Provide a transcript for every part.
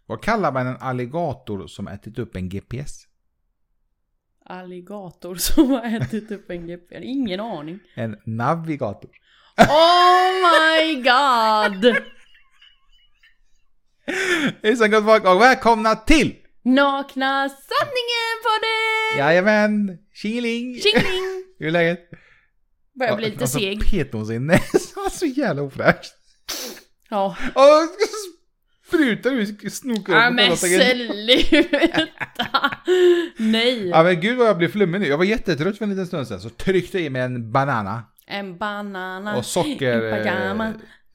Vad kallar man en alligator som ätit upp en GPS? Alligator som har ätit upp en GPS. Ingen aning. En navigator. Oh my god! Hejsan gott folk och välkomna till Nakna sanningen på det! Jajamän, tjingeling. Tjingeling! Hur är läget? Börjar bli lite seg. Pet hon sin näsa så jävla ofräscht. Ja. Och sprutar du snokar upp. Ja men sluta. Nej. Ja men gud vad jag blev flummig nu. Jag var jättetrött för en liten stund sedan. Så tryckte jag i mig en banana. En banana. Och socker. En pajama.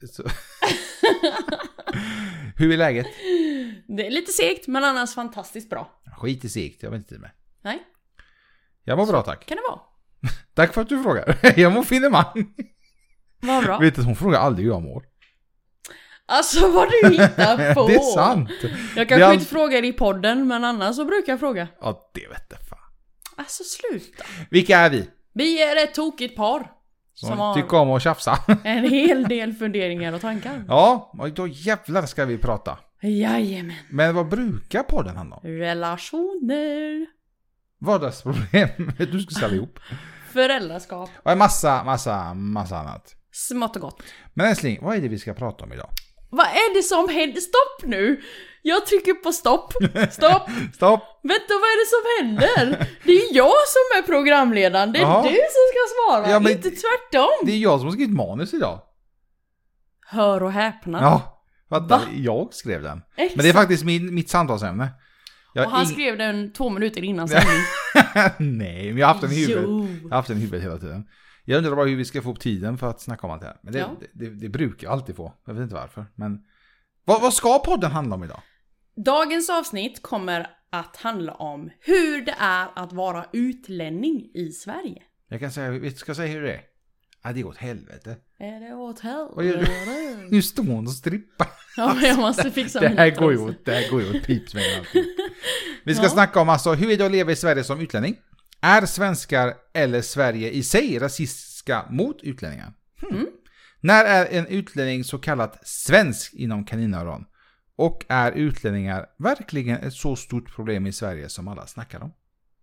Hur är läget? Det är lite segt men annars fantastiskt bra. Skit i segt, jag vet inte med. Nej. Jag mår bra tack. Kan det vara? Tack för att du frågar. Jag mår fineman. Vad bra. Vet du, hon frågar aldrig hur jag mår. Alltså vad du hittar på. Det är sant. Jag kanske inte frågar i podden men annars så brukar jag fråga. Ja det vet jag fan. Alltså sluta. Vilka är vi? Vi är ett tokigt par. Som har tycker om att tjafsa. En hel del funderingar och tankar. Ja, och då jävlar ska vi prata. Jajamän. Men vad brukar podden handla om? Relationer. Vardagsproblem. Du ska ställa ihop. Föräldraskap. Och en massa annat. Smått och gott. Men älskling, vad är det vi ska prata om idag? Vad är det som händer? Stopp nu! Jag trycker på stopp. Stopp. Stopp. Vet du vad är det som händer? Det är jag som är programledaren. Det är Jaha. du som ska svara. Ja, men inte tvärtom. Det är jag som har skrivit manus idag. Hör och häpna. Ja, Va? Jag skrev den. Exakt. Men det är faktiskt mitt samtalsämne. Och han skrev den 2 minuter innan sändning. Nej, men jag har haft den i huvudet. Jo. Jag har haft den i huvudet hela tiden. Jag undrar bara hur vi ska få upp tiden för att snacka om allt det här. Men det brukar jag alltid få. Jag vet inte varför. Men vad ska podden handla om idag? Dagens avsnitt kommer att handla om hur det är att vara utlänning i Sverige. Jag ska säga hur det är. Ja, det är åt helvete. Är det åt helvete? Vad gör du? Nu står hon och strippar. Ja, jag måste fixa det här mitt går ju också. åt, det här går ju åt pipsvängen alltid. Vi ska snacka om alltså hur är det att leva i Sverige som utlänning? Är svenskar eller Sverige i sig rasistiska mot utlänningar? När är en utlänning så kallat svensk inom kaninöron? Och är utlänningar verkligen ett så stort problem i Sverige som alla snackar om?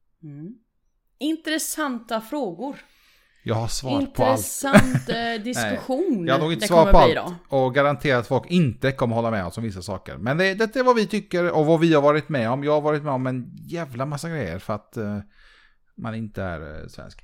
Intressanta frågor. Jag har svar på allt. Intressant diskussion. Jag har nog inte det svar på kommer bli allt. då. Och garanterat att folk inte kommer hålla med oss om vissa saker. Men det är vad vi tycker och vad vi har varit med om. Jag har varit med om en jävla massa grejer för att man inte är svensk.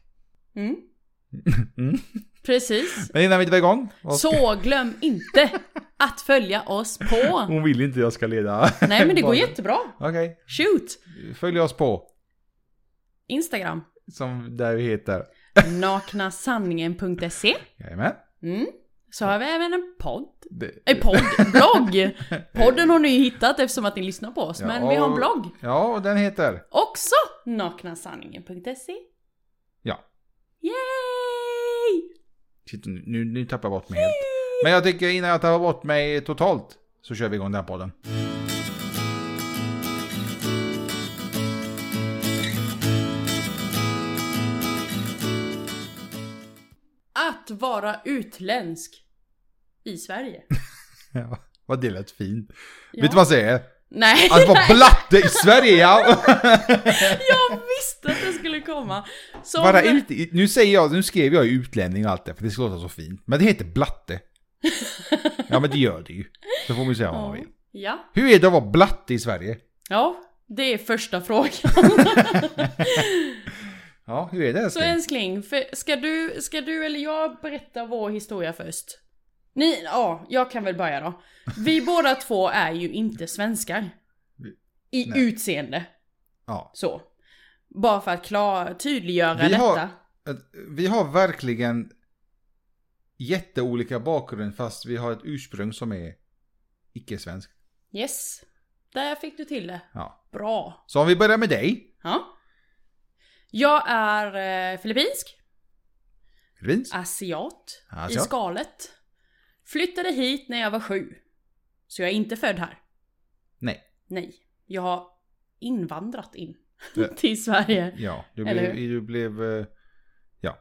Precis. Men innan vi drar igång. Så glöm inte att följa oss på. Hon vill inte jag ska leda. Nej men det går jättebra. Okej. Shoot. Följ oss på. Instagram. Som där vi heter. Naknasanningen.se. Jajamän. Så har vi även en podd. Blogg. Podden har ni ju hittat eftersom att ni lyssnar på oss. Men vi har en blogg. Ja, och den heter. Också naknasanningen.se. Ja. Yay! Shit, nu tappar jag bort mig helt. Men jag tycker innan jag tappar bort mig totalt så kör vi igång den här podden. Att vara utländsk i Sverige. Ja, vad det lät fint. Ja. Vet du vad jag säger? Nej. Att vara blatte i Sverige, ja. Jag visste att det skulle komma. Som... Bara nu skrev jag utlänning och allt det, för det ska låta så fint. Men det heter blatte. Ja, men det gör det ju. Så får man ju säga vad man vill. Ja. Hur är det att vara blatte i Sverige? Ja, det är första frågan. Ja, hur är det? Så älskling, ska du eller jag berätta vår historia först? Jag kan väl börja då. Vi båda två är ju inte svenskar. I utseende. Ja. Så. Bara för att tydliggöra detta. Vi har verkligen jätteolika bakgrund fast vi har ett ursprung som är icke-svensk. Yes. Där fick du till det. Ja. Bra. Så om vi börjar med dig. Ja. Jag är filippinsk. Filippinsk. Asiat. I skalet. Flyttade hit när jag var 7. Så jag är inte född här. Nej. Jag har invandrat in till Sverige. Ja, du blev ja.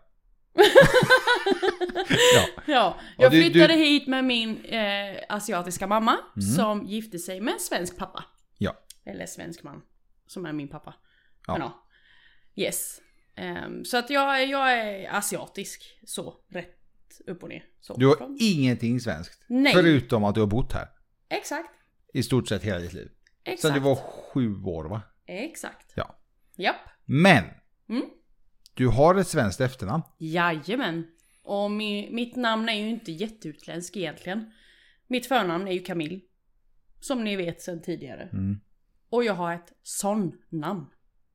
Ja, jag flyttade hit med min asiatiska mamma som gifte sig med en svensk pappa. Ja. Eller svensk man. Som är min pappa. Ja. Men ja. Yes. Så att jag är asiatisk. Så. Rätt upp och ner. Så. Du har ingenting svenskt. Nej. Förutom att du har bott här. Exakt. I stort sett hela ditt liv. Exakt. Sen du var 7 år, va? Exakt. Ja. Japp. Men. Mm. Du har ett svenskt efternamn. Jajamän. Och mitt namn är ju inte jätteutländskt egentligen. Mitt förnamn är ju Camille. Som ni vet sedan tidigare. Mm. Och jag har ett sån-namn.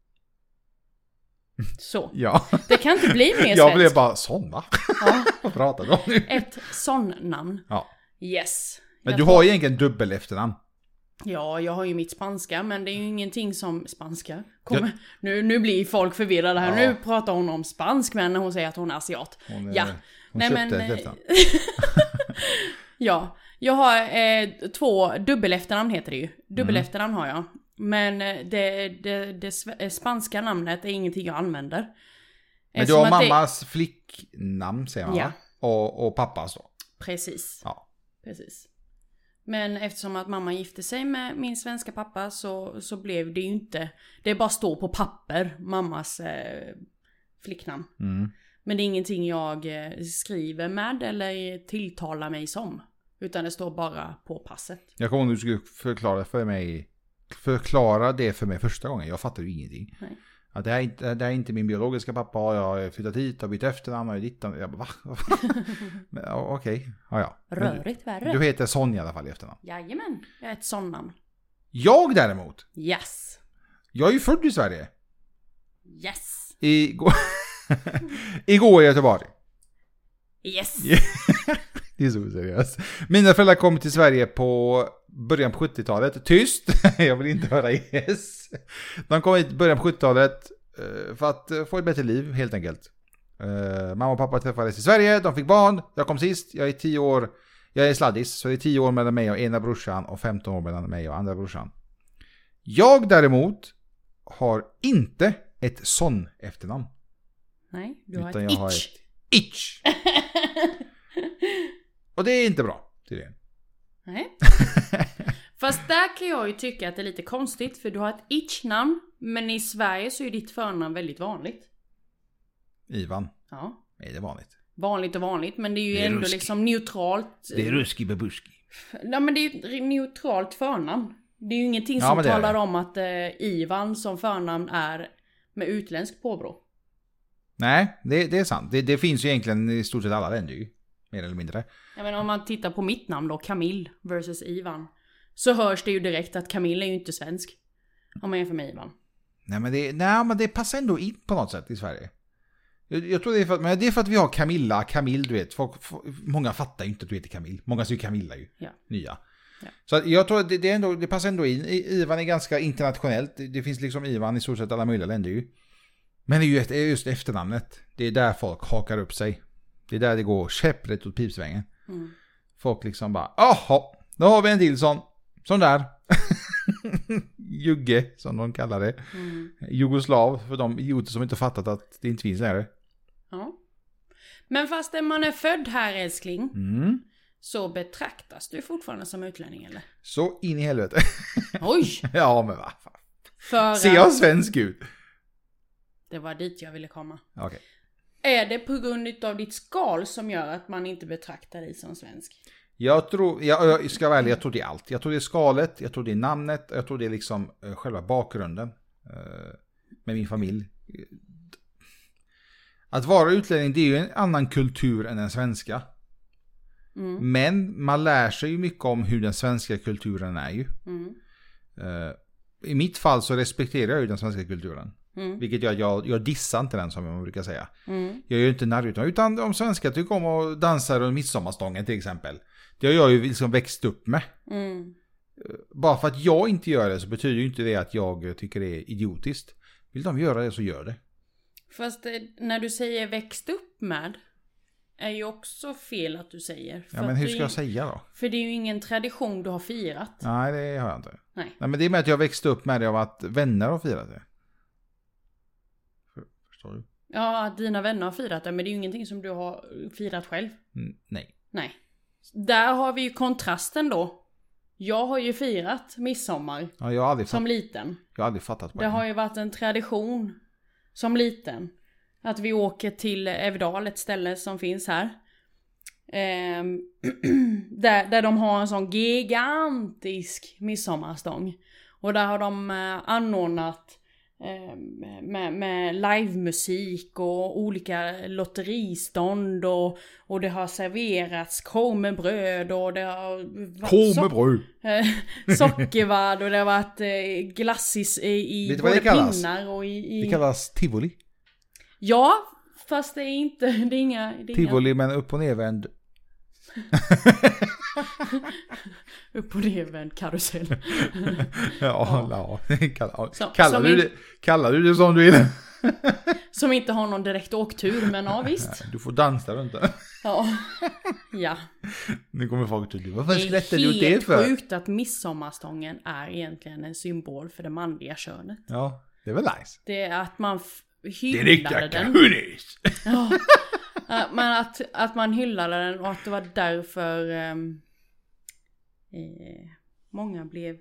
Så. Ja. Det kan inte bli mer svenskt. Jag blev bara sån, va? Ja. Vad pratar du om nu? Ett sån-namn. Ja. Yes. Men du har ju egentligen dubbel efternamn. Ja, jag har ju mitt spanska, men det är ju ingenting som spanska. Nu blir folk förvirrade här. Ja. Nu pratar hon om spansk, men när hon säger att hon är asiat. Hon Ja. köpte ett efternamn. Ja, jag har 2 dubbel-efternamn heter det ju. Dubbel-efternamn har jag. Men det spanska namnet är ingenting jag använder. Men du har mammas flicknamn, säger man, Ja. va? Och pappas då. Precis. Ja. Precis. Men eftersom att mamma gifte sig med min svenska pappa så blev det ju inte... Det bara står på papper, mammas flicknamn. Mm. Men det är ingenting jag skriver med eller tilltalar mig som. Utan det står bara på passet. Jag kommer ihåg att du skulle förklara det för mig första gången. Jag fattade ju ingenting. Nej. Att det här är inte min biologiska pappa. Jag har flyttat hit och bytt efternamn och ditt. Jag bara, va? Okej. Ja. Rörigt värre. Du heter Sonja i alla fall i efternamn. Jajamän, jag är ett sån namn. Jag däremot. Yes. Jag är ju född i Sverige. Yes. Igår i Göteborg. Yes. Det är så seriöst. Mina föräldrar kom till Sverige på början på 70-talet. Tyst, jag vill inte höra yes. De kom hit i början på 70-talet för att få ett bättre liv, helt enkelt. Mamma och pappa träffades i Sverige, de fick barn. Jag kom sist, jag är 10 år. Jag är sladdis, så det är 10 år mellan mig och ena brorsan och 15 år mellan mig och andra brorsan. Jag däremot har inte ett sån efternamn. Nej, du har utan ett jag har itch. ett itch. Och det är inte bra, tydligen. Nej. Fast där kan jag ju tycka att det är lite konstigt. För du har ett itch-namn. Men i Sverige så är ditt förnamn väldigt vanligt. Ivan. Ja. Är det vanligt? Vanligt och vanligt. Men det är ju Det är ändå ruski. liksom neutralt. Det är ruski babuski. Ja, men det är ju ett neutralt förnamn. Det är ju ingenting Ja, som men det är talar det. om att Ivan som förnamn är med utländsk påbrå. Nej, det är sant. Det finns ju egentligen i stort sett alla länder ju. Mer eller mindre. Jag menar, om man tittar på mitt namn då, Camille versus Ivan. Så hörs det ju direkt att Camille är ju inte svensk. Om man jämför med Ivan. Nej, men det passar ändå in på något sätt i Sverige. Jag tror det är för att vi har Camille, du vet. Många fattar ju inte att du heter Camille. Många säger Camilla ju. Ja. Nya. Ja. Så att jag tror att det passar ändå in. Ivan är ganska internationellt. Det finns liksom Ivan i stort sett alla möjliga länder ju. Men det är ju just efternamnet. Det är där folk hakar upp sig. Det är där det går käpprätt åt pipsvängen. Mm. Folk liksom bara, jaha, då har vi en till sån där. Jugge, som de kallar det. Mm. Jugoslav, för de idioter som inte fattat att det inte finns längre. Ja. Men fast man är född här, älskling, så betraktas du fortfarande som utlänning, eller? Så in i helvete. Oj! Ja, men vad fan. För Ser jag svensk ut? det var dit jag ville komma. Okej. Är det på grund av ditt skal som gör att man inte betraktar dig som svensk? Jag tror, jag ska vara ärlig, jag tror det är allt. Jag tror det är skalet, jag tror det är namnet, jag tror det är liksom själva bakgrunden med min familj. Att vara utlänning, det är ju en annan kultur än den svenska. Mm. Men man lär sig ju mycket om hur den svenska kulturen är ju. Mm. I mitt fall så respekterar jag ju den svenska kulturen. Mm. Vilket jag dissar inte den, som man brukar säga. Mm. Jag gör ju inte narr utan om svenskar tycker om att dansa runt midsommarstången till exempel. Det har jag ju liksom växt upp med. Mm. Bara för att jag inte gör det så betyder ju inte det att jag tycker det är idiotiskt. Vill de göra det så gör det. Fast när du säger växt upp med är ju också fel att du säger. För Ja, men hur ska du, jag säga då? För det är ju ingen tradition du har firat. Nej, det har jag inte. Nej. Nej, men det är med att jag växte upp med det av att vänner har firat det. Förstår du? Ja, att dina vänner har firat det, men det är ju ingenting som du har firat själv. Nej. Nej. Där har vi ju kontrasten då. Jag har ju firat midsommar Ja, jag har aldrig som liten. Jag har aldrig fattat Det har ju varit en tradition som liten. Att vi åker till Evdal, ett ställe som finns här. Där de har en sån gigantisk midsommarstång. Och där har de anordnat med livemusik och olika lotteristånd och det har serverats korv med bröd och det har varit sockervadd och det har varit glass i både pinnar och i... Det kallas tivoli. Ja, fast det är inte... Det är inga... Tivoli men upp och nervänd. Upp och nervänd karusell. Kallar du det som du vill. Som inte har någon direkt åktur, men ja visst. Du får dansa runt det. Ja. Nu kommer folk till varför skrattar du det för? Det är helt sjukt att midsommarstången är egentligen en symbol för det manliga könet. Ja, det är väl nice. Det är att man hyllade den. Ja. Men att man hyllade den och att det var därför många blev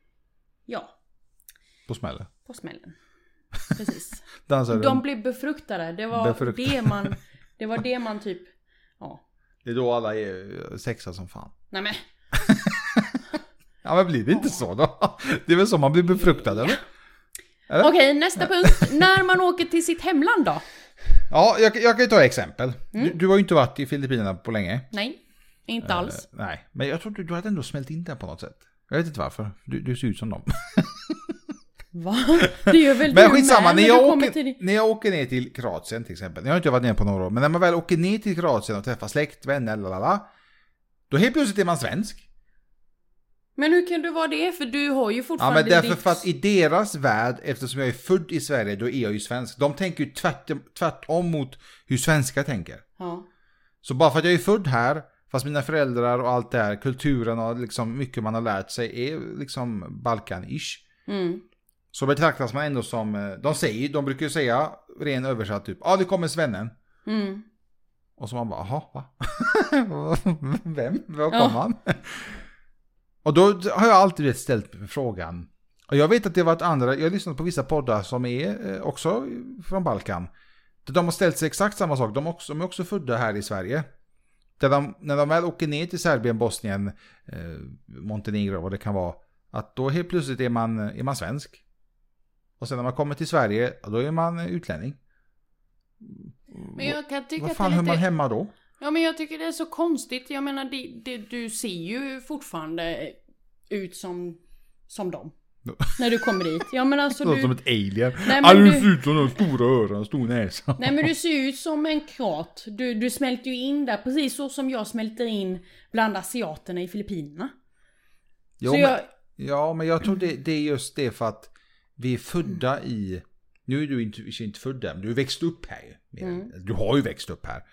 på smällen. På smällen. Precis. De blev befruktade. Det var det man typ Det är då alla är sexa som fan. Nej men. Ja men blir det inte så då? Det är väl så man blir befruktad eller? Okej, nästa punkt. När man åker till sitt hemland då? Ja, jag kan ta exempel. Du har ju inte varit i Filippinerna på länge. Nej, inte alls. Nej, men jag tror du hade ändå smält in där på något sätt. Jag vet inte varför. Du ser ut som dem. Va? Det gör väl men skitsamma, när jag åker ner till Kroatien till exempel. Jag har inte varit ner på några år. Men när man väl åker ner till Kroatien och träffar släkt, vänner, då helt plötsligt är man svensk. Men hur kan du vara det? För du har ju fortfarande... Ja, men därför för att i deras värld, eftersom jag är född i Sverige, då är jag ju svensk. De tänker ju tvärtom mot hur svenskar tänker. Ja. Så bara för att jag är född här, fast mina föräldrar och allt det här, kulturen och liksom mycket man har lärt sig är liksom Balkan-ish. Så betraktas man ändå som, de brukar ju säga, ren översatt typ, det kommer svennen. Och så man bara, va? Vem? Var kom han? Och då har jag alltid ställt frågan. Och jag vet att det var ett andra, jag har lyssnat på vissa poddar som är också från Balkan. Där de har ställt sig exakt samma sak. De är också födda här i Sverige. När de väl åker ner till Serbien, Bosnien, Montenegro, vad det kan vara. Att då helt plötsligt är man svensk. Och sen när man kommer till Sverige, då är man utlänning. Men jag kan tycka vad fan hör man hemma då? Ja, men jag tycker det är så konstigt. Jag menar, du ser ju fortfarande ut som dem. När du kommer dit. Ja, men alltså du... som ett alien. Nej, men du ser ut som en stora öron, stor näsa. Nej, men du ser ut som en krat. Du smälter ju in där, precis så som jag smälter in bland asiaterna i Filippinerna. Men jag tror det är just det för att vi är födda i... Nu är du inte född där, men du är växt upp här. Du har ju växt upp här.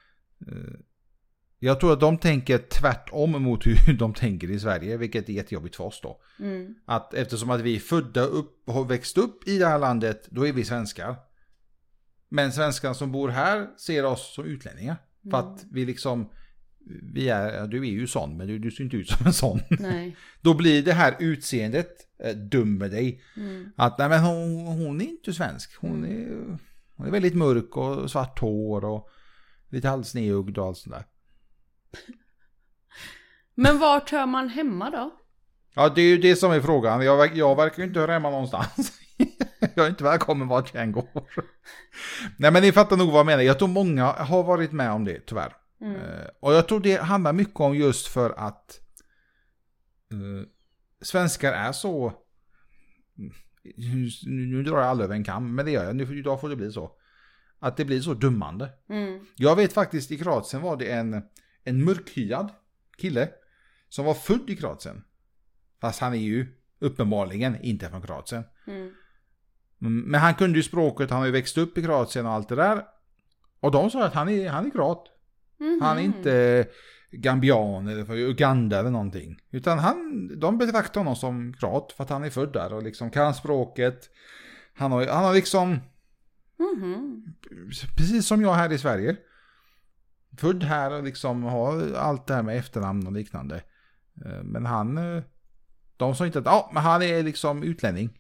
Jag tror att de tänker tvärtom mot hur de tänker i Sverige, vilket är jättejobbigt för oss då. Att eftersom att vi är födda upp och har växt upp i det här landet, då är vi svenskar. Men svenskarna som bor här ser oss som utlänningar. För att vi liksom, du är ju sån, men du ser inte ut som en sån. Nej. Då blir det här utseendet dum med dig. Att nej, men hon är inte svensk. Hon är väldigt mörk och svart hår och lite halsnedhuggd och allt sånt där. Men vart hör man hemma då? Ja, det är ju det som är frågan. Jag verkar ju inte höra hemma någonstans. Jag är inte välkommen vart jag än går. Nej, men ni fattar nog vad jag menar. Jag tror många har varit med om det, tyvärr. Och jag tror det handlar mycket om just för att svenskar är så... Nu drar jag alla över en kam, men det gör jag. Idag får det bli så. Att det blir så dummande. Jag vet faktiskt i Kroatien var det en mörkhyad kille som var född i Kroatien. Fast han är ju uppenbarligen inte från Kroatien. Men han kunde ju språket, han har ju växt upp i Kroatien och allt det där. Och de sa att han är kroat. Han är inte gambian eller från Uganda eller någonting. Utan de betraktar honom som kroat för att han är född där och liksom kan språket. Han har liksom... Precis som jag här i Sverige. Född här och liksom har allt det här med efternamn och liknande. Men de sa inte att men han är liksom utlänning.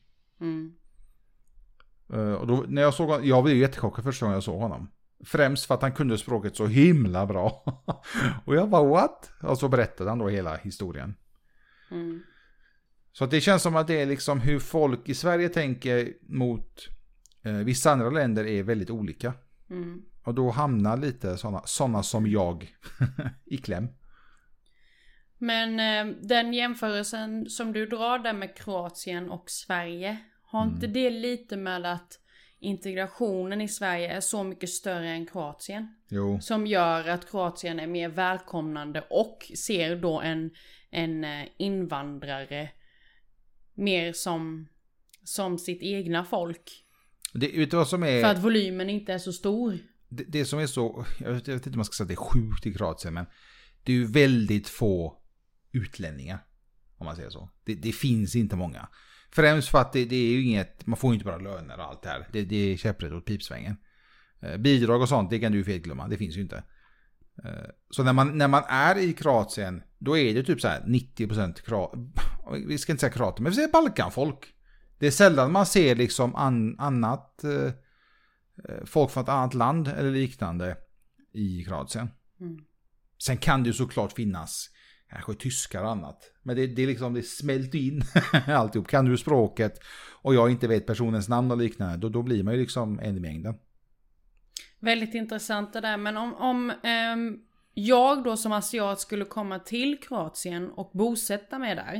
Och då, när jag såg honom, jag blev ju jättechockad första gången jag såg honom. Främst för att han kunde språket så himla bra. Och jag bara, what? Och så berättade han då hela historien. Så att det känns som att det är liksom hur folk i Sverige tänker mot vissa andra länder är väldigt olika. Och då hamnar lite sådana som jag i kläm. Men den jämförelsen som du drar där med Kroatien och Sverige, har inte det lite med att integrationen i Sverige är så mycket större än Kroatien? Jo. Som gör att Kroatien är mer välkomnande och ser då en invandrare mer som sitt egna folk. Vet du vad som är... För att volymen inte är så stor. Det som är så... Jag vet inte om man ska säga att det är sjukt i Kroatien, men det är ju väldigt få utlänningar, om man säger så. Det finns inte många. Främst för att det är ju inget... Man får ju inte bara löner och allt det här. Det är käpprätt åt pipsvängen. Bidrag och sånt, det kan du ju fel glömma. Det finns ju inte. Så när man är i Kroatien, då är det typ så här 90% vi ska inte säga kroater, men vi säger balkanfolk. Det är sällan man ser liksom annat folk från ett annat land eller liknande i Kroatien. Sen kan det ju såklart finnas kanske tyskar och annat, men det är liksom, det smälter in alltihop. Kan du språket och jag inte vet personens namn och liknande, då blir man ju liksom en i mängden. Väldigt intressant det där, men om jag då som asiat skulle komma till Kroatien och bosätta mig där,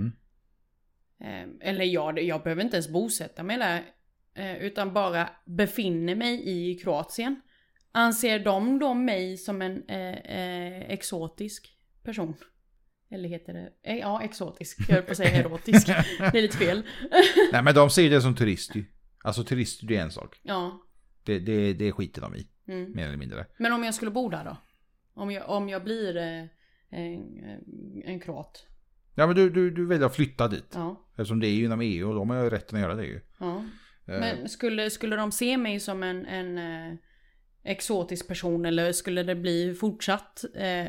eller jag behöver inte ens bosätta mig där, utan bara befinner mig i Kroatien, anser de då mig som en exotisk person? Eller heter det? Ja, exotisk. Jag höll på att säga erotisk. Det är lite fel. Nej, men de ser det som turist. Alltså turist, det är en sak. Ja. Det skiter de i. Mer eller mindre. Men om jag skulle bo där då? Om jag blir en kroat? Ja, men du väljer att flytta dit. Ja. Eftersom det är ju inom EU och de har ju rätten att göra det ju. Ja. Men skulle de se mig som en exotisk person, eller skulle det bli fortsatt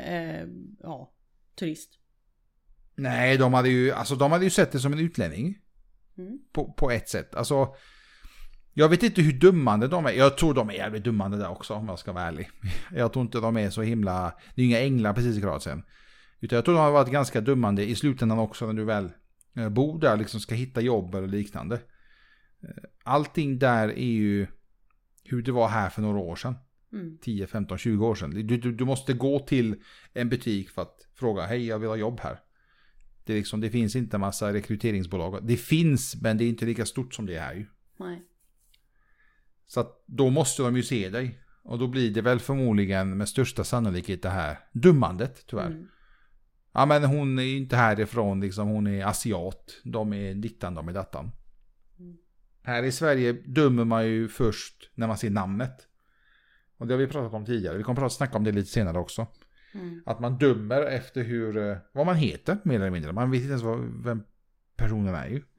turist? Nej, de hade ju sett det som en utlänning. På ett sätt. Alltså, jag vet inte hur dummande de är. Jag tror de är jävligt dummande där också, om jag ska vara ärlig. Jag tror inte de är så himla... Det är inga änglar precis i Kroatien. Utan jag tror de har varit ganska dummande i slutändan också, när du väl bor där, liksom ska hitta jobb eller liknande. Allting där är ju hur det var här för några år sedan. 10, 15, 20 år sedan. Du måste gå till en butik för att fråga, hej, jag vill ha jobb här. Det finns inte en massa rekryteringsbolag. Det finns, men det är inte lika stort som det är här ju. Nej. Så att då måste de ju se dig. Och då blir det väl förmodligen med största sannolikhet det här dummandet, tyvärr. Ja, men hon är ju inte härifrån, liksom, hon är asiat. De är dittan, de är dattan. Här i Sverige dömer man ju först när man ser namnet. Och det har vi pratat om tidigare. Vi kommer att snacka om det lite senare också. Att man dömer efter vad man heter, mer eller mindre. Man vet inte ens vem personen är ju.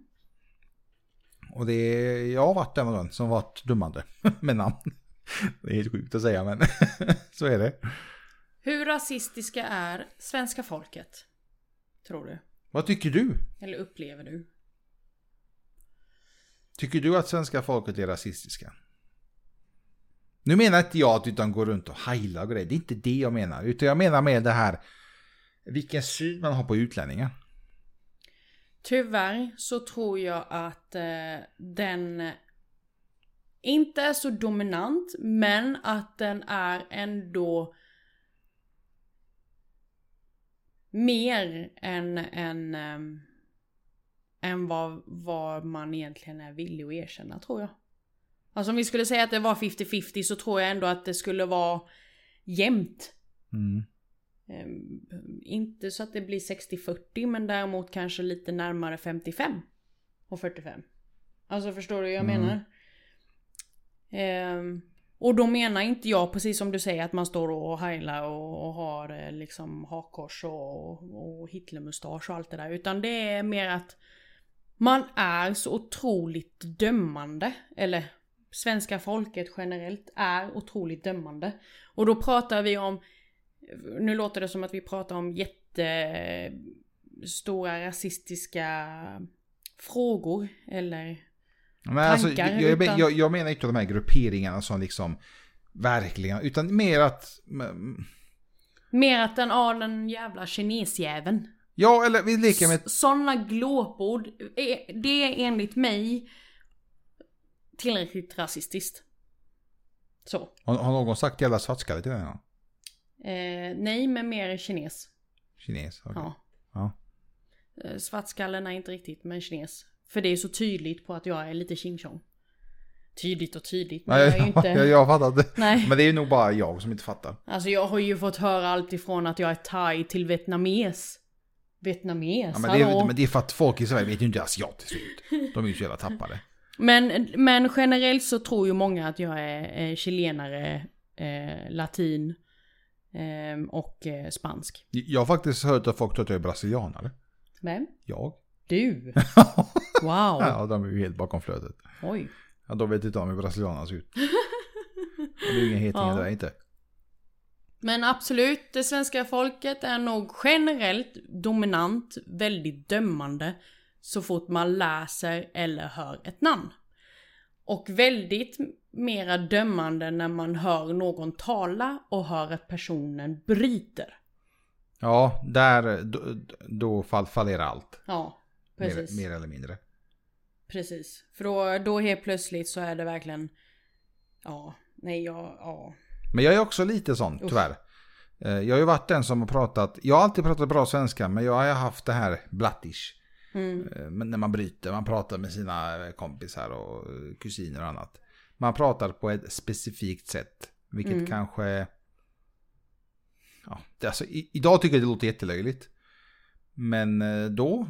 Och jag har varit den som varit dömande med namn. Det är helt sjukt att säga, men så är det. Hur rasistiska är svenska folket, tror du? Vad tycker du? Eller upplever du? Tycker du att svenska folket är rasistiska? Nu menar inte jag att utan går runt och heilar och grejer. Det är inte det jag menar. Utan jag menar med det här, vilken syn man har på utlänningar. Tyvärr så tror jag att den inte är så dominant, men att den är ändå mer än vad man egentligen är villig att erkänna, tror jag. Alltså om vi skulle säga att det var 50-50, så tror jag ändå att det skulle vara jämnt. Inte så att det blir 60-40, men däremot kanske lite närmare 55 och 45. Alltså förstår du vad jag menar? Och då menar inte jag, precis som du säger, att man står och heilar och har liksom hakkors och Hitlermustasch och allt det där. Utan det är mer att man är så otroligt dömande. Eller svenska folket generellt är otroligt dömande. Och då pratar vi om, nu låter det som att vi pratar om jättestora rasistiska frågor eller men tankar. Alltså, jag menar inte de här grupperingarna som liksom verkligen, utan mer att... Mer att den jävla kinesjäveln. Ja, eller vi leker med... Sådana glåpord, det är enligt mig tillräckligt rasistiskt. Så. Har någon sagt jävla svartskalle till den här? Nej, men mer kines. Kines, okej. Ja. Ja. Svartskallen är inte riktigt, men kines. För det är så tydligt på att jag är lite ching-chong. Tydligt och tydligt. Men Nej, jag är ju inte... jag fattar det. Nej. Men det är ju nog bara jag som inte fattar. Alltså jag har ju fått höra allt ifrån att jag är thai till vietnames. Vietnames, ja, men det är för att folk i Sverige vet ju inte asiatiskt ut. De är ju så jävla tappade. Men generellt så tror ju många att jag är chilenare, latin och spansk. Jag har faktiskt hört att folk tror att jag är brasilianare. Vem? Jag. Du? Wow. Ja, de är ju helt bakom flödet. Oj. Ja, de vet inte om hur brasilianerna ser ut. Det är ju ingen hetingar där inte. Men absolut, det svenska folket är nog generellt dominant, väldigt dömande så fort man läser eller hör ett namn. Och väldigt mera dömande när man hör någon tala och hör att personen bryter. Ja, då fallerar allt. Ja, precis. Mer eller mindre. Precis. För då helt plötsligt så är det verkligen... Men jag är också lite sån, tyvärr. Jag har ju varit den som har pratat... Jag har alltid pratat bra svenska, men jag har haft det här blattish. När man bryter, man pratar med sina kompisar och kusiner och annat. Man pratar på ett specifikt sätt. Vilket kanske... Ja, alltså, idag tycker jag det låter jättelöjligt. Men då...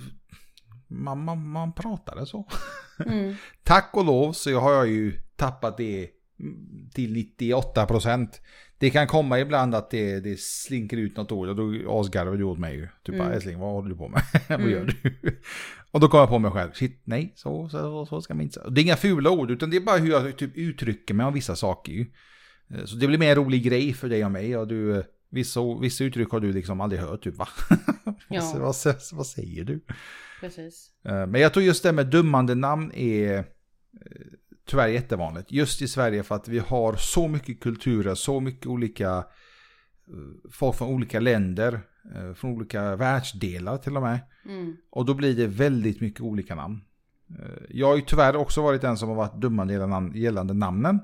Man pratade så. Tack och lov så har jag ju tappat det till 98%. Det kan komma ibland att det slinker ut något ord och då asgarvar du åt mig ju. Typ bara, Esling, vad håller du på med? Vad gör du? Och då kommer jag på mig själv. Shit, nej, så ska man inte säga. Det är inga fula ord utan det är bara hur jag typ uttrycker mig om vissa saker ju. Så det blir mer en rolig grej för dig och mig och du... Vissa uttryck har du liksom aldrig hört, typ va? Ja. vad säger du? Precis. Men jag tror just det med dummande namn är tyvärr jättevanligt. Just i Sverige för att vi har så mycket kulturer, så mycket olika folk från olika länder, från olika världsdelar till och med. Och då blir det väldigt mycket olika namn. Jag har ju tyvärr också varit den som har varit dummande gällande namnen.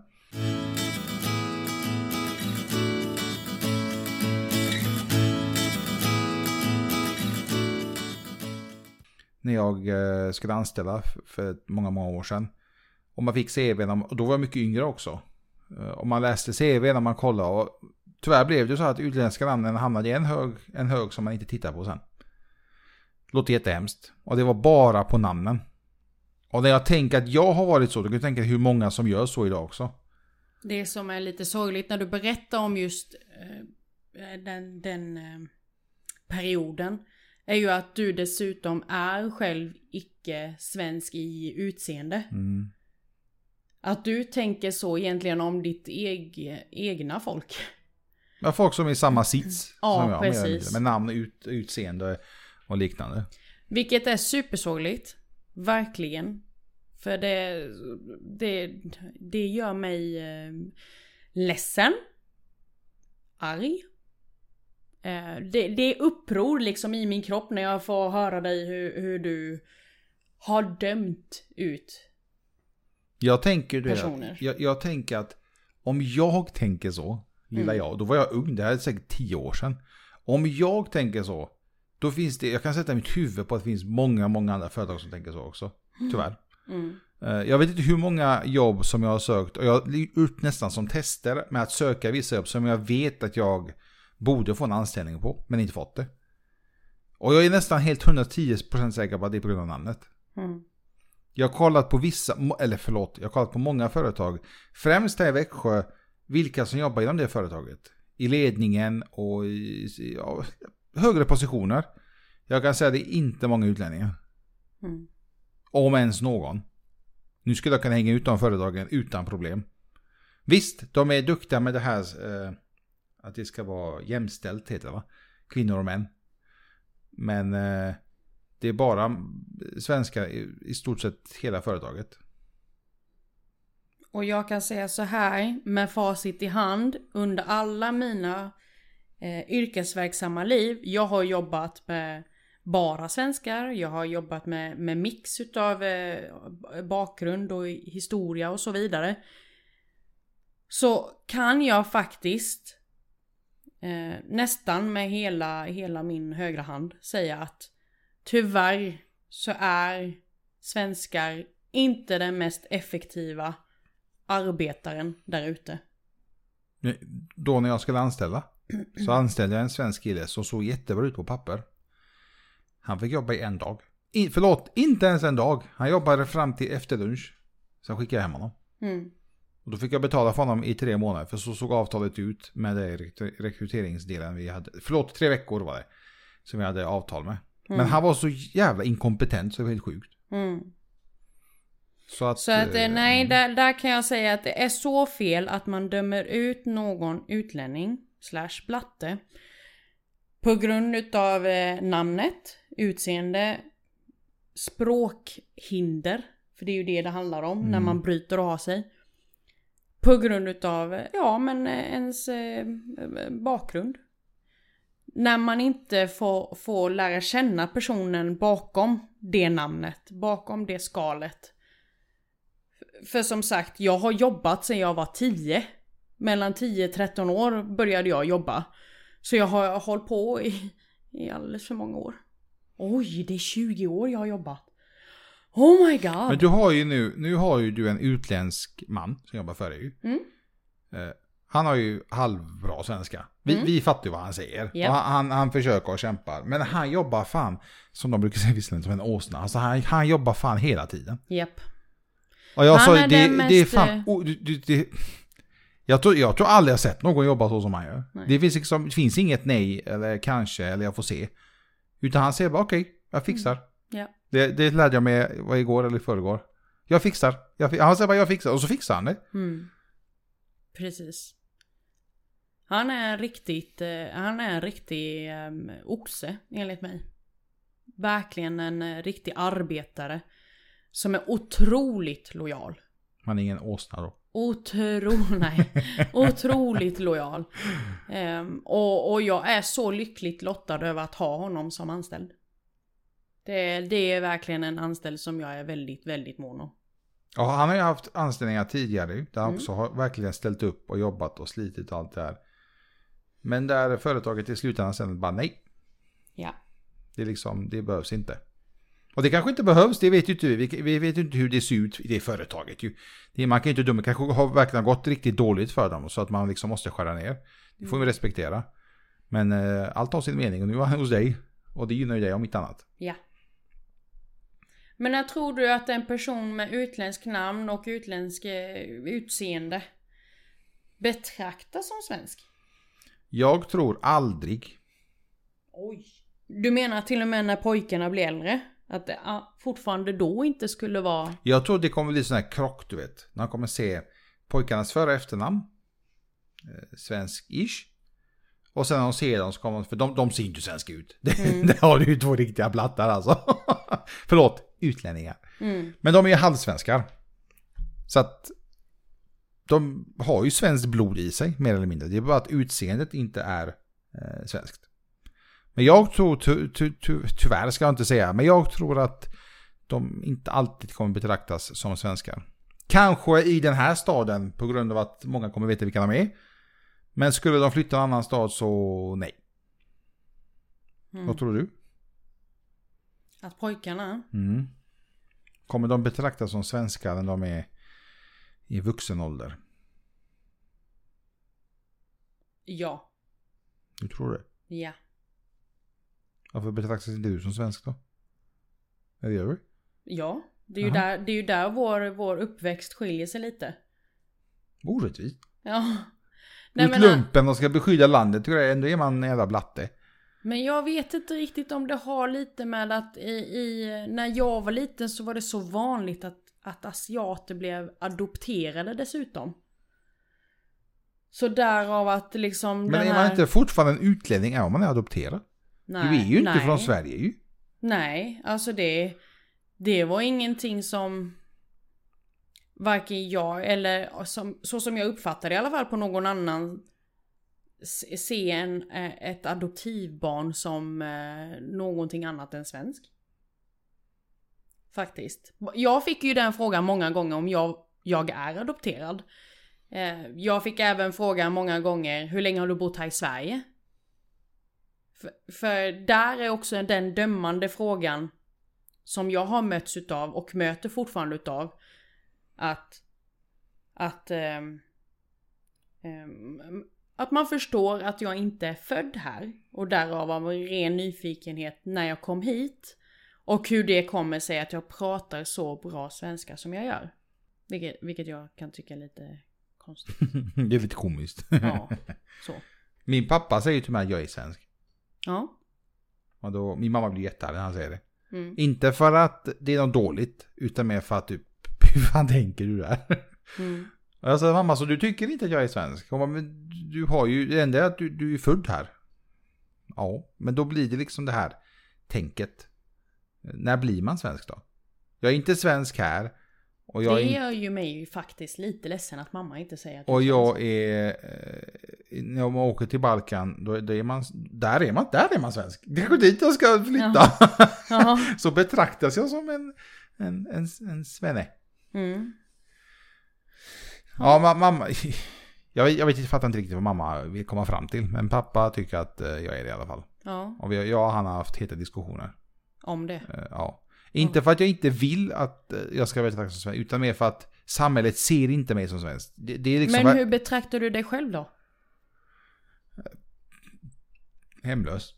När jag skulle anställa för många år sedan. Och man fick CV, och då var jag mycket yngre också. Och man läste CV när man kollade. Och tyvärr blev det så att utländska namnen hamnade i en hög som man inte tittar på sen. Låter jättehemskt. Och det var bara på namnen. Och när jag tänker att jag har varit så, då kan jag tänka hur många som gör så idag också. Det som är lite sorgligt när du berättar om just den perioden är ju att du dessutom är själv icke svensk i utseende. Att du tänker så egentligen om ditt egna folk. Ja, folk som är i samma sits som jag. Precis. Med namn, utseende och liknande. Vilket är supersorgligt. Verkligen. För det gör mig ledsen. Arg. Det är uppror liksom i min kropp när jag får höra dig hur du har dömt ut jag tänker personer. Jag tänker att om jag tänker så, lilla jag, då var jag ung, det här är säkert 10 år sedan. Om jag tänker så, då finns det, jag kan sätta mitt huvud på att det finns många andra företag som tänker så också, tyvärr. Jag vet inte hur många jobb som jag har sökt, och jag har gjort nästan som tester med att söka vissa jobb som jag vet att jag borde få en anställning på, men inte fått det. Och jag är nästan helt 110% säker på att det är på grund av namnet. Jag har kollat på jag har kollat på många företag, främst här i Växjö, vilka som jobbar inom det företaget. I ledningen och i högre positioner. Jag kan säga att det är inte många utlänningar. Om ens någon. Nu skulle jag kunna hänga ut de företagen utan problem. Visst, de är duktiga med det här att det ska vara jämställt, heter det va? Kvinnor och män. Men det är bara svenskar i stort sett hela företaget. Och jag kan säga så här med facit i hand under alla mina yrkesverksamma liv. Jag har jobbat med bara svenskar. Jag har jobbat med mix utav bakgrund och historia och så vidare. Så kan jag faktiskt nästan med hela min högra hand säga att tyvärr så är svenskar inte den mest effektiva arbetaren där ute. Då när jag skulle anställa så anställde jag en svensk kille som såg jättebra ut på papper. Han fick jobba i en dag. Inte ens en dag. Han jobbade fram till efter lunch. Sen skickade jag hem honom. Och då fick jag betala för honom i 3 månader. För så såg avtalet ut med det rekryteringsdelen vi hade. 3 veckor var det. Som vi hade avtal med. Men han var så jävla inkompetent så det var helt sjukt. Så att nej, där kan jag säga att det är så fel att man dömer ut någon utlänning / blatte på grund utav namnet, utseende, språkhinder, för det är ju det handlar om när man bryter av sig, på grund utav ens bakgrund. När man inte får lära känna personen bakom det namnet, bakom det skalet. För som sagt, jag har jobbat sedan jag var 10. Mellan 10-13 år började jag jobba. Så jag har hållit på i alldeles för många år. Oj, det är 20 år jag har jobbat. Oh my god. Men du har ju nu har ju du en utländsk man som jobbar för dig. Han har ju halvbra svenska. Vi fattar ju vad han säger. Yep. Och han försöker och kämpar. Men han jobbar fan, som de brukar säga visserligen, som en åsna. Alltså han jobbar fan hela tiden. Japp. Och jag sa, det är fan... Jag tror aldrig jag sett någon jobba så som han gör. Det finns inget nej eller kanske eller jag får se. Utan han säger bara okej, jag fixar. Ja. Det lärde jag mig igår eller förrgår. Jag fixar. Han säger bara jag fixar och så fixar han det. Precis. Han är en riktig oxe enligt mig. Verkligen en riktig arbetare som är otroligt lojal. Han är ingen åsna då. Otroligt lojal. Och jag är så lyckligt lottad över att ha honom som anställd. Det är verkligen en anställd som jag är väldigt, väldigt mån om. Ja, han har ju haft anställningar tidigare där han också har verkligen ställt upp och jobbat och slitit och allt det här. Men där företaget i slutändan sen bara nej. Ja. Det behövs inte. Och det kanske inte behövs, det vet ju inte vi vet ju inte hur det ser ut i det företaget ju. Man kan ju inte döma, kanske har verkligen gått riktigt dåligt för dem så att man liksom måste skära ner. Det får vi respektera. Men allt har sin mening och nu är han hos dig och det gynnar ju dig om inte annat. Ja. Men när tror du att en person med utländsk namn och utländsk utseende betraktas som svensk? Jag tror aldrig. Oj. Du menar till och med när pojkarna blir äldre? Att det fortfarande då inte skulle vara... Jag tror det kommer bli sån här krock, du vet. När man kommer se pojkarnas före- och efternamn. Svensk-ish. Och sen när de ser dem så kommer de... För de ser inte svenska ut. Det har du ju 2 riktiga plattar alltså. Förlåt, utlänningar. Men de är ju halvsvenskar. Så att... De har ju svenskt blod i sig, mer eller mindre. Det är bara att utseendet inte är svenskt. Men jag tror, tyvärr ska jag inte säga, men jag tror att de inte alltid kommer betraktas som svenskar. Kanske i den här staden på grund av att många kommer veta vilka de är. Men skulle de flytta en annan stad så nej. Vad tror du? Att pojkarna? Kommer de betraktas som svenskar när de är i vuxen ålder? Ja. Du tror det? Ja. Varför betraktas inte du som svensk då? Eller gör du? Ja, det är ju där vår uppväxt skiljer sig lite. Orättvist. Ja. Lumpen och ska beskydda landet, ändå är man en jävla blatte. Men jag vet inte riktigt om det har lite med att när jag var liten så var det så vanligt att asiater blev adopterade dessutom. Så därav att liksom... Men är man inte fortfarande en utlänning om man är adopterad? Nej, du är ju inte från Sverige ju. Nej, alltså det var ingenting som varken jag eller så som jag uppfattade i alla fall på någon annan se ett adoptivbarn som någonting annat än svensk. Faktiskt. Jag fick ju den frågan många gånger om jag är adopterad. Jag fick även frågan många gånger, hur länge har du bott här i Sverige? För där är också den dömande frågan som jag har mötts utav och möter fortfarande utav. Att man förstår att jag inte är född här. Och därav av en ren nyfikenhet när jag kom hit. Och hur det kommer sig att jag pratar så bra svenska som jag gör. Vilket jag kan tycka är lite konstigt. Det är lite komiskt. Ja, så. Min pappa säger till mig att jag är svensk. Ja. Och då, min mamma blir jättearg när han säger det. Mm. Inte för att det är något dåligt, utan mer för att typ, hur fan tänker du där? Mm. Och jag sa, mamma, så du tycker inte att jag är svensk? Hon bara, men du har ju, det enda är att du är född här. Ja, men då blir det liksom det här tänket. När blir man svensk då? Jag är inte svensk här. Och jag det gör ju mig faktiskt lite ledsen att mamma inte säger att och jag är, när man åker till Balkan, då är man, där är man svensk. Det går dit jag ska flytta. Jaha. Så betraktas jag som en svenne. Mm. Ja, mamma, jag fattar inte riktigt vad mamma vill komma fram till. Men pappa tycker att jag är det i alla fall. Ja. Och jag och han har haft heta diskussioner. Om det? Ja. Inte för att jag inte vill att jag ska betraktas som svensk, utan mer för att samhället ser inte mig som svensk. Det är liksom men hur betraktar du dig själv då? Hemlös.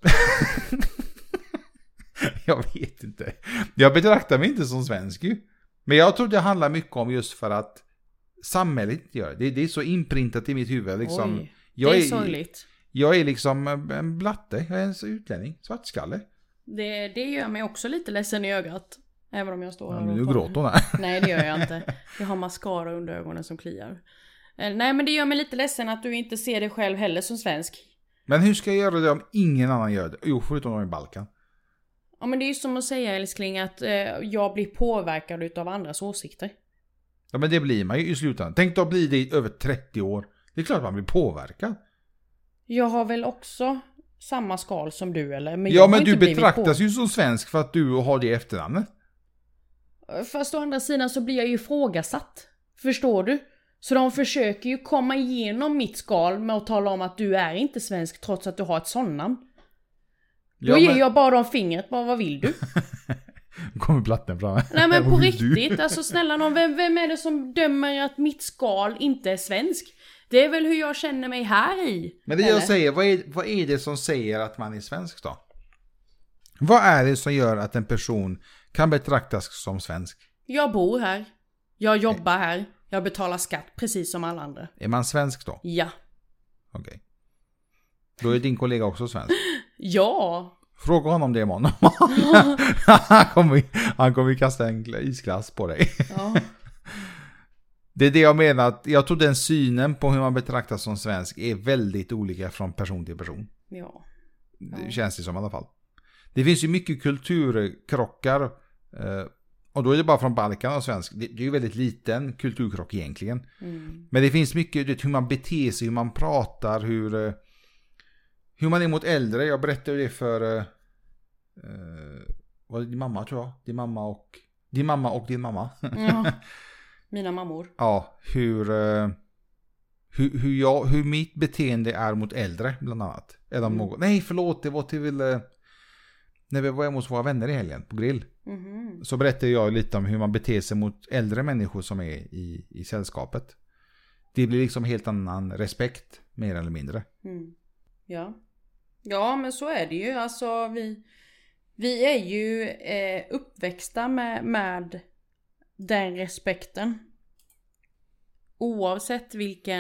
Jag vet inte. Jag betraktar mig inte som svensk ju. Men jag tror det handlar mycket om just för att samhället gör det. Det är så inprintat i mitt huvud. Liksom. Oj, det är sorgligt. Jag är liksom en blatte. Jag är en utlänning. Svartskalle. Det gör mig också lite ledsen i ögat. Även om jag står här och nu gråter hon här. Nej, det gör jag inte. Jag har mascara under ögonen som kliar. Nej, men det gör mig lite ledsen att du inte ser dig själv heller som svensk. Men hur ska jag göra det om ingen annan gör det? Jo, förutom de i Balkan. Ja, men det är ju som att säga, älskling, att jag blir påverkad utav andras åsikter. Ja, men det blir man ju i slutändan. Tänk då att bli det i över 30 år. Det är klart att man blir påverkad. Jag har väl också samma skal som du, eller? Men ja, men du betraktas ju som svensk för att du har det efternamnet. Fast å andra sidan så blir jag ju ifrågasatt. Förstår du? Så de försöker ju komma igenom mitt skal med att tala om att du är inte svensk trots att du har ett sånt namn. Då ger jag bara dem fingret. Vad vill du? Kommer platten fram. Nej, men på riktigt. Alltså snälla någon, vem är det som dömer att mitt skal inte är svensk? Det är väl hur jag känner mig här i. Men det jag säger, vad är det som säger att man är svensk då? Vad är det som gör att en person kan betraktas som svensk? Jag bor här. Jag jobbar här. Jag betalar skatt precis som alla andra. Är man svensk då? Ja. Okej. Då är din kollega också svensk? Ja. Fråga honom det imorgon. Han kommer kasta en isglass på dig. Ja. Det är det jag menar. Att jag tror den synen på hur man betraktas som svensk är väldigt olika från person till person. Ja. Det känns det som i alla fall. Det finns ju mycket kulturkrockar. Och då är det bara från Balkan och svensk. Det är ju väldigt liten kulturkrock egentligen. Mm. Men det finns mycket hur man beter sig, hur man pratar, hur man är mot äldre. Jag berättade det för var det din mamma, tror jag. Din mamma och din mamma. Ja. Mina mammor. Ja, hur mitt beteende är mot äldre bland annat. Eller om någon, nej förlåt, det var till när vi var hos våra vänner i helgen på grill. Mm-hmm. Så berättade jag lite om hur man beter sig mot äldre människor som är i sällskapet. Det blir liksom helt annan respekt, mer eller mindre. Mm. Ja, men så är det ju. Alltså vi är ju uppväxta med den respekten. Oavsett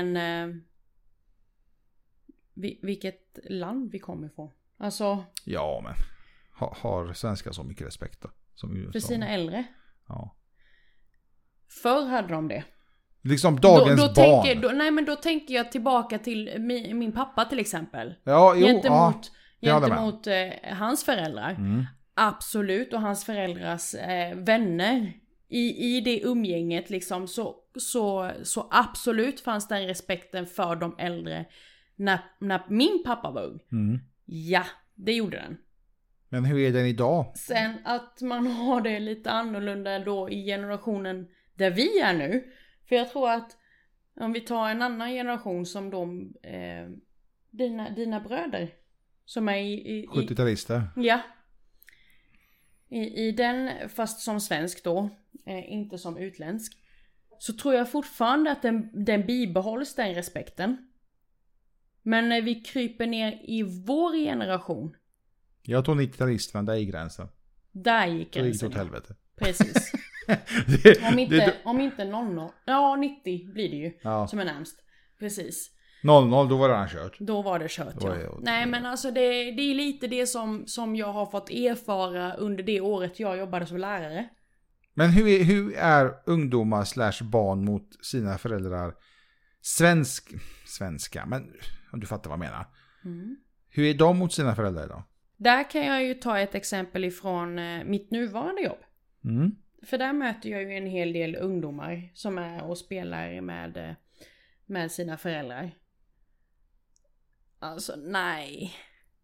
vilket land vi kommer ifrån. Alltså. Ja, men har svenskar så mycket respekt då? För sina äldre? Ja. Förr hade de det. Liksom dagens barn. Då tänker jag tillbaka till min pappa till exempel. Ja, jo, gentemot hans föräldrar. Absolut, och hans föräldrars vänner. I det umgänget liksom så absolut fanns den respekten för de äldre när min pappa var ung. Ja, det gjorde den. Men hur är den idag? Sen att man har det lite annorlunda då i generationen där vi är nu. För jag tror att om vi tar en annan generation som dina bröder som är i 70-talister. Ja. I den, fast som svensk då, inte som utländsk, så tror jag fortfarande att den bibehålls, den respekten. Men när vi kryper ner i vår generation. Jag tror 90-talisterna, där är gränsen. Där gick gränsen. Det gick åt helvete. Precis. om inte 00. Ja, 90 blir det ju. Ja. Som är närmst. Precis. 00, då var det redan kört. Då var det kört, ja. Nej, men alltså det är lite det som jag har fått erfara under det året jag jobbade som lärare. Men hur är ungdomar / barn mot sina föräldrar svenska? Men om du fattar vad jag menar. Hur är de mot sina föräldrar idag? Där kan jag ju ta ett exempel ifrån mitt nuvarande jobb. För där möter jag ju en hel del ungdomar som är och spelar med sina föräldrar. Alltså nej,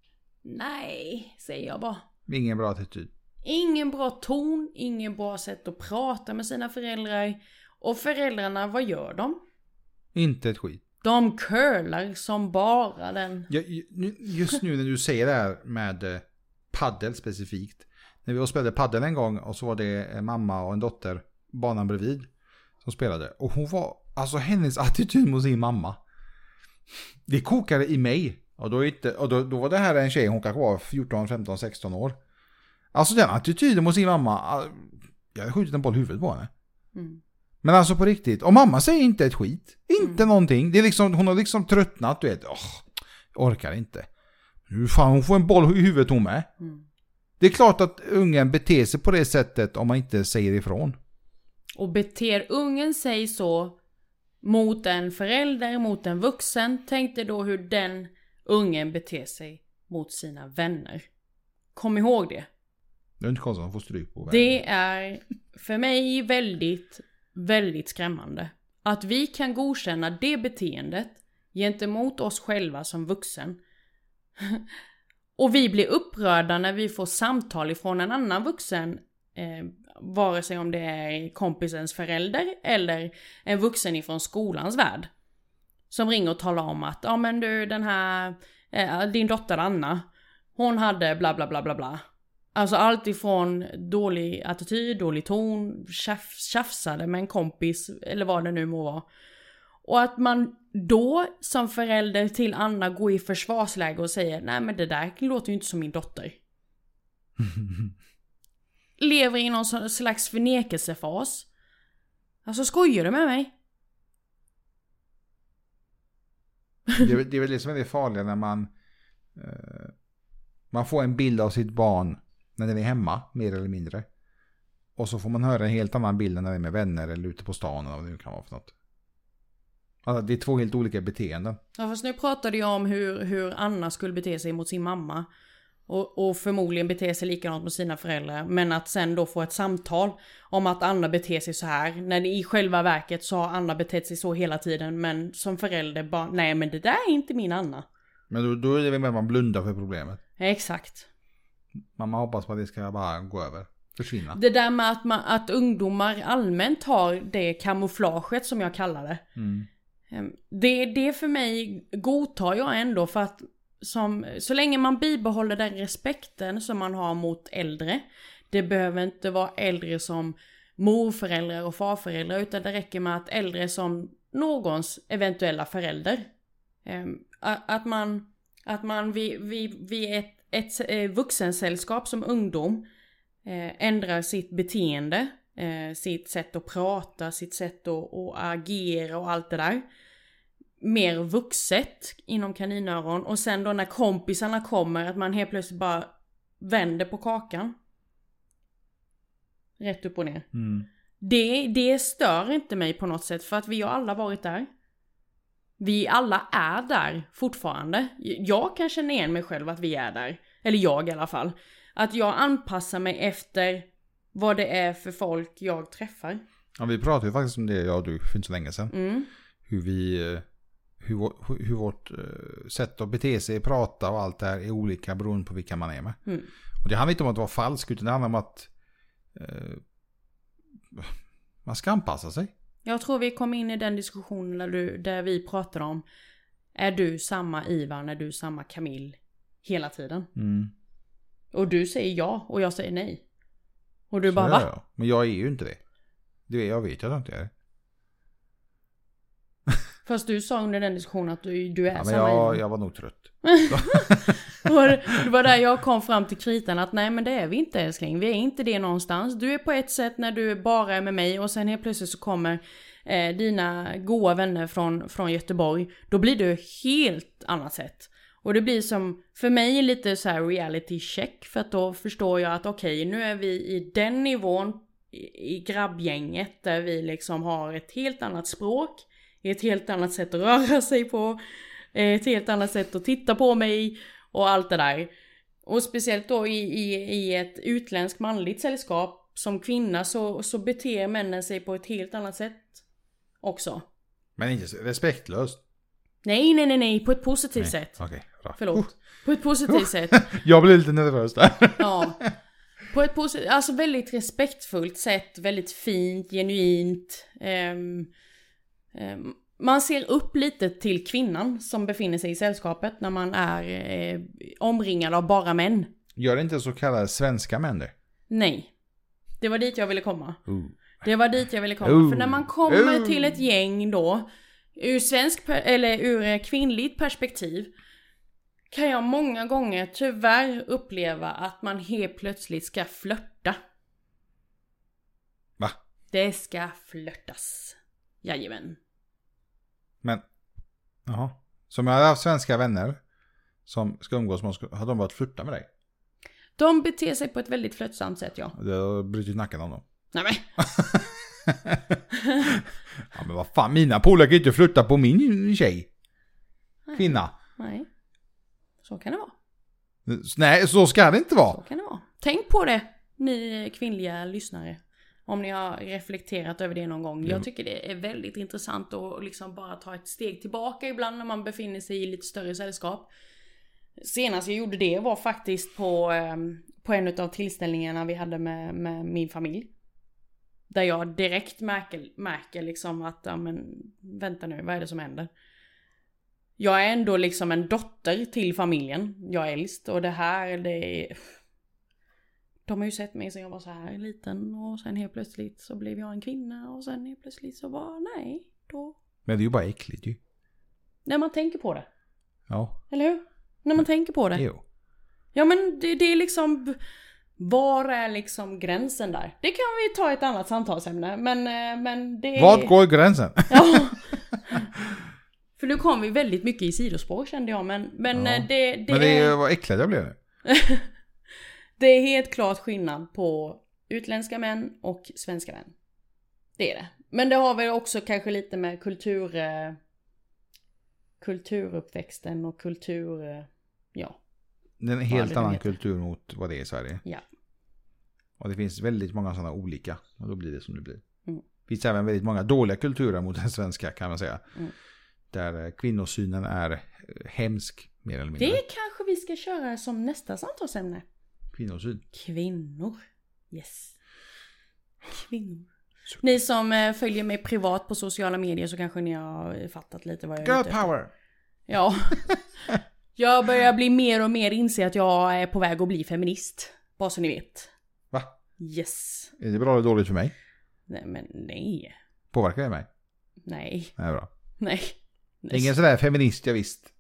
säger jag bara. Ingen bra attityd. Ingen bra ton, ingen bra sätt att prata med sina föräldrar. Och föräldrarna, vad gör de? Inte ett skit. De curlar som bara den. Just nu när du säger det här med paddel specifikt. När vi spelade paddel en gång och så var det en mamma och en dotter banan bredvid som spelade. Och hon var, alltså hennes attityd mot sin mamma. Det kokade i mig. Och då var det här en tjej, hon kanske var 14, 15, 16 år. Alltså den attityden mot sin mamma. Jag hade skjutit en boll i huvudet på henne. Men alltså på riktigt. Och mamma säger inte ett skit. Inte någonting. Det är liksom, hon har liksom tröttnat. Du vet, orkar inte. Nu fan, hon får en boll i huvudet hon med. Det är klart att ungen beter sig på det sättet om man inte säger ifrån. Och beter ungen sig så mot en förälder, mot en vuxen. Tänk dig då hur den ungen beter sig mot sina vänner. Kom ihåg det. Det är inte konstigt att man får stryk på vägen. Det är för mig väldigt, väldigt skrämmande. Att vi kan godkänna det beteendet gentemot oss själva som vuxen. Och vi blir upprörda när vi får samtal ifrån en annan vuxen. Vare sig om det är kompisens förälder eller en vuxen ifrån skolans värld. Som ringer och talar om att, ja men du, den här, din dotter Anna, hon hade bla bla bla bla bla. Alltså allt ifrån dålig attityd, dålig ton, tjafsade med en kompis eller vad det nu må vara. Och att man då som förälder till Anna går i försvarsläge och säger, nej men det där låter ju inte som min dotter. Lever i någon slags förnekelsefas. Alltså skojar du med mig? Det är väl det som är det farliga när man får en bild av sitt barn när den är hemma, mer eller mindre. Och så får man höra en helt annan bild när den är med vänner eller ute på stan eller vad det nu kan vara för något. Alltså, det är två helt olika beteenden. Ja, fast nu pratade jag om hur Anna skulle bete sig mot sin mamma. Och förmodligen bete sig likadant mot sina föräldrar. Men att sen då få ett samtal om att Anna beter sig så här. När i själva verket så har Anna betett sig så hela tiden. Men som förälder bara, nej men det där är inte min Anna. Men då är det väl med att man blundar för problemet. Exakt. Man hoppas på att det ska bara gå över. Försvinna. Det där med att ungdomar allmänt har det kamouflaget som jag kallar det. Det för mig godtar jag ändå för att så länge man bibehåller den respekten som man har mot äldre. Det behöver inte vara äldre som morföräldrar och farföräldrar, utan det räcker med att äldre som någons eventuella förälder. Att man vid ett vuxensällskap som ungdom ändrar sitt beteende, sitt sätt att prata, sitt sätt att agera och allt det där. Mer vuxet inom kaninöron. Och sen då när kompisarna kommer, att man helt plötsligt bara vänder på kakan. Rätt upp och ner. Det stör inte mig på något sätt, för att vi har alla varit där. vi alla är där fortfarande. Jag kan känna igen mig själv att vi är där. Eller jag i alla fall. Att jag anpassar mig efter vad det är för folk jag träffar. Ja, vi pratade ju faktiskt om det, jag och du, för inte så länge sedan. Hur vårt sätt att bete sig, prata och allt det här är olika beroende på vilka man är med. Och det handlar inte om att vara falsk, utan det handlar om att man ska anpassa sig. Jag tror vi kom in i den diskussionen där vi pratade om, är du samma Ivan, är du samma Camille hela tiden? Och du säger ja och jag säger nej. Och du så bara, va? Jag. Men jag är ju inte det. Jag vet att jag inte är det. Fast du sa under den diskussionen att du är samma Ivan. Jag var nog trött. Det var där jag kom fram till kritan att nej, men det är vi inte, älskling. Vi är inte det någonstans. Du är på ett sätt när du bara är med mig och sen helt plötsligt så kommer dina goda vänner från Göteborg. Då blir det helt annat sätt. Och det blir som för mig lite så här reality check, för att då förstår jag att okej, nu är vi i den nivån i grabbgänget där vi liksom har ett helt annat språk, ett helt annat sätt att röra sig på, ett helt annat sätt att titta på mig och allt det där. Och speciellt då i ett utländskt manligt sällskap som kvinna så beter männen sig på ett helt annat sätt också. Men inte respektlöst. Nej, på ett positivt sätt. Okej, bra. Förlåt. På ett positivt sätt. Jag blir lite nervös där. Ja. På ett positivt, alltså väldigt respektfullt sätt, väldigt fint, genuint. Man ser upp lite till kvinnan som befinner sig i sällskapet när man är omringad av bara män. Gör det inte så kallade svenska män det? Nej. Det var dit jag ville komma. Det var dit jag ville komma. För när man kommer till ett gäng då, ur kvinnligt perspektiv, kan jag många gånger tyvärr uppleva att man helt plötsligt ska flörta. Va? Det ska flörtas. Jajamän. Men, jaha. Som jag hade haft svenska vänner som ska umgås med, har de varit flirta med dig? De beter sig på ett väldigt flörtsamt sätt, ja. Det har brutit nacken om dem. Nej men. Ja, men vad fan, mina polare kan inte flirta på min tjej. Kvinna. Nej. Så kan det vara. Nej, så ska det inte vara. Så kan det vara. Tänk på det, ni kvinnliga lyssnare. Om ni har reflekterat över det någon gång. Jag tycker det är väldigt intressant att liksom bara ta ett steg tillbaka ibland när man befinner sig i lite större sällskap. Senast jag gjorde det var faktiskt på en av tillställningarna vi hade med min familj. Där jag direkt märker liksom att, ja men vänta nu, vad är det som händer? Jag är ändå liksom en dotter till familjen. Jag är äldst och det här, de har ju sett mig sedan jag var så här liten och sen helt plötsligt så blev jag en kvinna och sen helt plötsligt så var nej, då... Men det är ju bara äckligt ju. När man tänker på det. Ja. Eller hur? När man tänker på det. Jo. Ja men det är liksom... Var är liksom gränsen där? Det kan vi ta ett annat samtalsämne, men det är... Vad går gränsen? Ja. För nu kom vi väldigt mycket i sidospår kände jag, men ja. det men det är vad äckligt jag blev. Det är helt klart skillnad på utländska män och svenska män. Det är det. Men det har väl också kanske lite med kulturuppväxten och ja. Det är en helt annan kultur mot vad det är i Sverige. Ja. Och det finns väldigt många sådana olika. Och då blir det som det blir. Det finns även väldigt många dåliga kulturer mot den svenska kan man säga. Där kvinnosynen är hemsk mer eller mindre. Det kanske vi ska köra som nästa samtalsämne. Kvinnosyn. Kvinnor. Yes. Kvinnor. Så. Ni som följer mig privat på sociala medier så kanske ni har fattat lite vad jag är ute efter. Girl power. Ja. Jag börjar bli mer och mer inse att jag är på väg att bli feminist. Bara så ni vet. Va? Yes. Är det bra eller dåligt för mig? Nej, men nej. Påverkar det mig? Nej. Det är bra. Nej. Ingen sådär feminist, jag visst.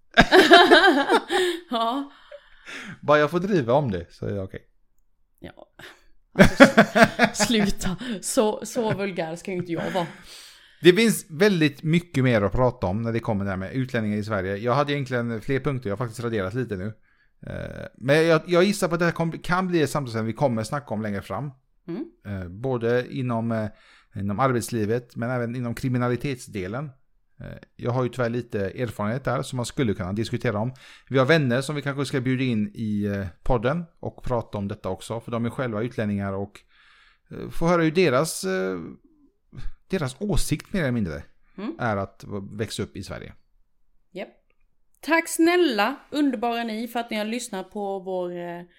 Ja. Bara jag får driva om det så är det okej. Ja. Alltså, sluta. Så vulgär ska ju inte jag vara. Det finns väldigt mycket mer att prata om när det kommer där med utlänningar i Sverige. Jag hade egentligen fler punkter, jag har faktiskt raderat lite nu. Men jag gissar på att det här kan bli ett samtal som vi kommer snacka om längre fram. Både inom arbetslivet men även inom kriminalitetsdelen. Jag har ju tyvärr lite erfarenhet där som man skulle kunna diskutera om. Vi har vänner som vi kanske ska bjuda in i podden och prata om detta också. För de är själva utlänningar och få höra hur deras åsikt mer eller mindre är att växa upp i Sverige. Yep. Tack snälla, underbara ni, för att ni har lyssnat på vår,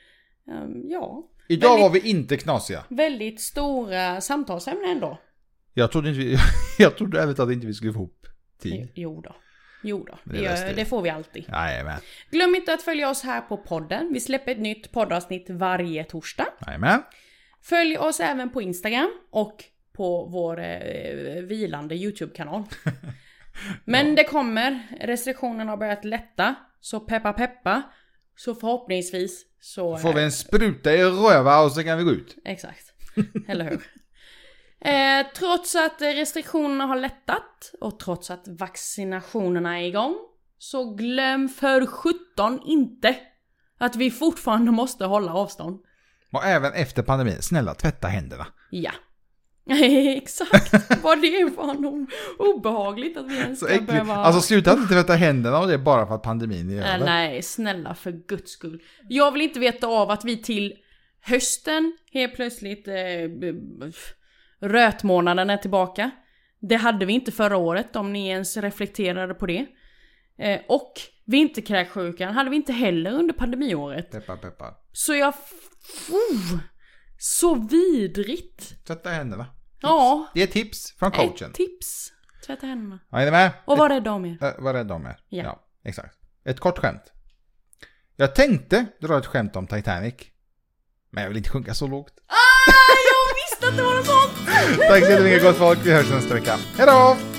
Idag var vi inte knasiga. Väldigt stora samtalsämnen ändå. Jag trodde ärligt att inte vi skulle få ihop tid. Jo då. Det får vi alltid. Jajamän. Glöm inte att följa oss här på podden. Vi släpper ett nytt poddavsnitt varje torsdag. Jajamän. Följ oss även på Instagram och på vår vilande YouTube-kanal. Men det kommer. Restriktionerna har börjat lätta. Så peppa. Så förhoppningsvis så får vi en spruta i röva och så kan vi gå ut. Exakt. Eller hur? Trots att restriktionerna har lättat och trots att vaccinationerna är igång, så glöm för 17 inte att vi fortfarande måste hålla avstånd. Och även efter pandemin, snälla tvätta händerna. Ja. Exakt. Vad det är fan obehagligt att vi ens ska behöva... Alltså sluta inte tvätta händerna, och det är bara för att pandemin är över. Nej, snälla, för guds skull. Jag vill inte veta av att vi till hösten helt plötsligt rötmånaden är tillbaka. Det hade vi inte förra året, om ni ens reflekterade på det. Och vinterkräksjukan hade vi inte heller under pandemiåret. Peppar. Så så vidrigt. Tvätta händerna. Ja. Det är tips från coachen. Ett tips. Tvätta händerna. Ja, är ni med? Och var rädda om er. Var rädda om er. Ja. Ja, exakt. Ett kort skämt. Jag tänkte dra ett skämt om Titanic. Men jag vill inte sjunka så lågt. Jag visste att det var något sånt. Tack så mycket, gott folk. Vi hörs nästa vecka. Hej då!